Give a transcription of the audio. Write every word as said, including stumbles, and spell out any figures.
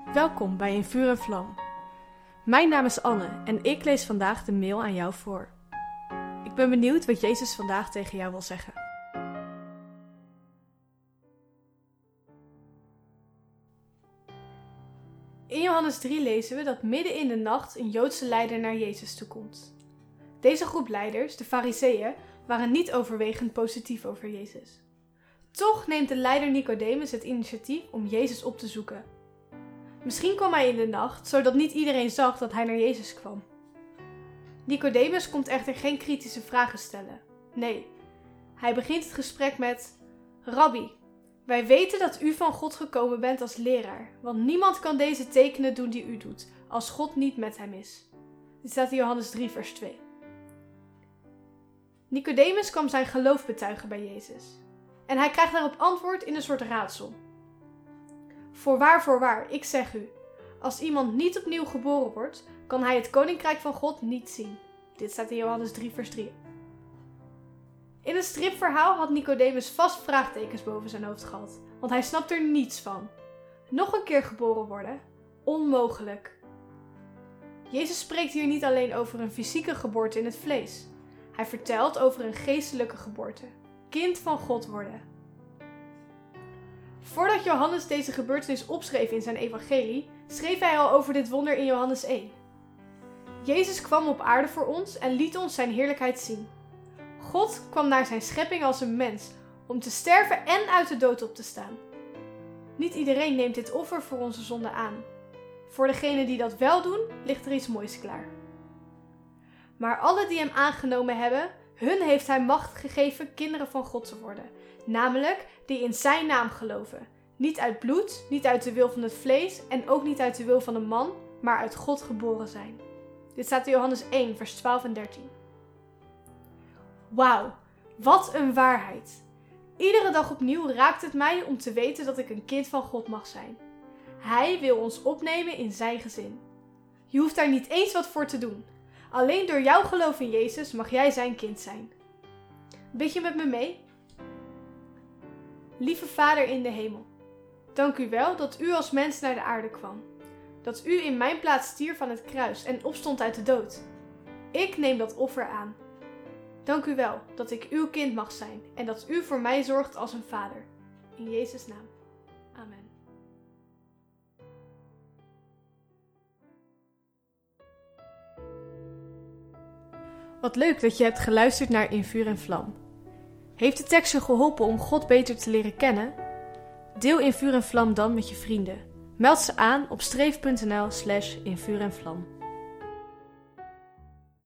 Welkom bij In Vuur en Vlam. Mijn naam is Anne en ik lees vandaag de mail aan jou voor. Ik ben benieuwd wat Jezus vandaag tegen jou wil zeggen. In Johannes drie lezen we dat midden in de nacht een Joodse leider naar Jezus toe komt. Deze groep leiders, de Farizeeën, waren niet overwegend positief over Jezus. Toch neemt de leider Nicodemus het initiatief om Jezus op te zoeken. Misschien kwam hij in de nacht, zodat niet iedereen zag dat hij naar Jezus kwam. Nicodemus komt echter geen kritische vragen stellen. Nee, hij begint het gesprek met: Rabbi, wij weten dat u van God gekomen bent als leraar, want niemand kan deze tekenen doen die u doet, als God niet met hem is. Dit staat in Johannes drie vers twee. Nicodemus kwam zijn geloof betuigen bij Jezus. En hij krijgt daarop antwoord in een soort raadsel. Voorwaar, voorwaar, ik zeg u, als iemand niet opnieuw geboren wordt, kan hij het koninkrijk van God niet zien. Dit staat in Johannes drie vers drie. In een stripverhaal had Nicodemus vast vraagtekens boven zijn hoofd gehad, want hij snapt er niets van. Nog een keer geboren worden? Onmogelijk. Jezus spreekt hier niet alleen over een fysieke geboorte in het vlees. Hij vertelt over een geestelijke geboorte. Kind van God worden. Voordat Johannes deze gebeurtenis opschreef in zijn evangelie, schreef hij al over dit wonder in Johannes één. Jezus kwam op aarde voor ons en liet ons zijn heerlijkheid zien. God kwam naar zijn schepping als een mens, om te sterven en uit de dood op te staan. Niet iedereen neemt dit offer voor onze zonde aan. Voor degenen die dat wel doen, ligt er iets moois klaar. Maar alle die hem aangenomen hebben, hun heeft hij macht gegeven kinderen van God te worden. Namelijk die in zijn naam geloven. Niet uit bloed, niet uit de wil van het vlees en ook niet uit de wil van een man, maar uit God geboren zijn. Dit staat in Johannes één vers twaalf en dertien. Wauw, wat een waarheid. Iedere dag opnieuw raakt het mij om te weten dat ik een kind van God mag zijn. Hij wil ons opnemen in zijn gezin. Je hoeft daar niet eens wat voor te doen. Alleen door jouw geloof in Jezus mag jij zijn kind zijn. Bid je met me mee? Lieve Vader in de hemel, dank u wel dat u als mens naar de aarde kwam. Dat u in mijn plaats stierf aan het kruis en opstond uit de dood. Ik neem dat offer aan. Dank u wel dat ik uw kind mag zijn en dat u voor mij zorgt als een vader. In Jezus' naam. Amen. Wat leuk dat je hebt geluisterd naar In Vuur en Vlam. Heeft de tekst je geholpen om God beter te leren kennen? Deel In Vuur en Vlam dan met je vrienden. Meld ze aan op streef punt n l slash in vuur en vlam.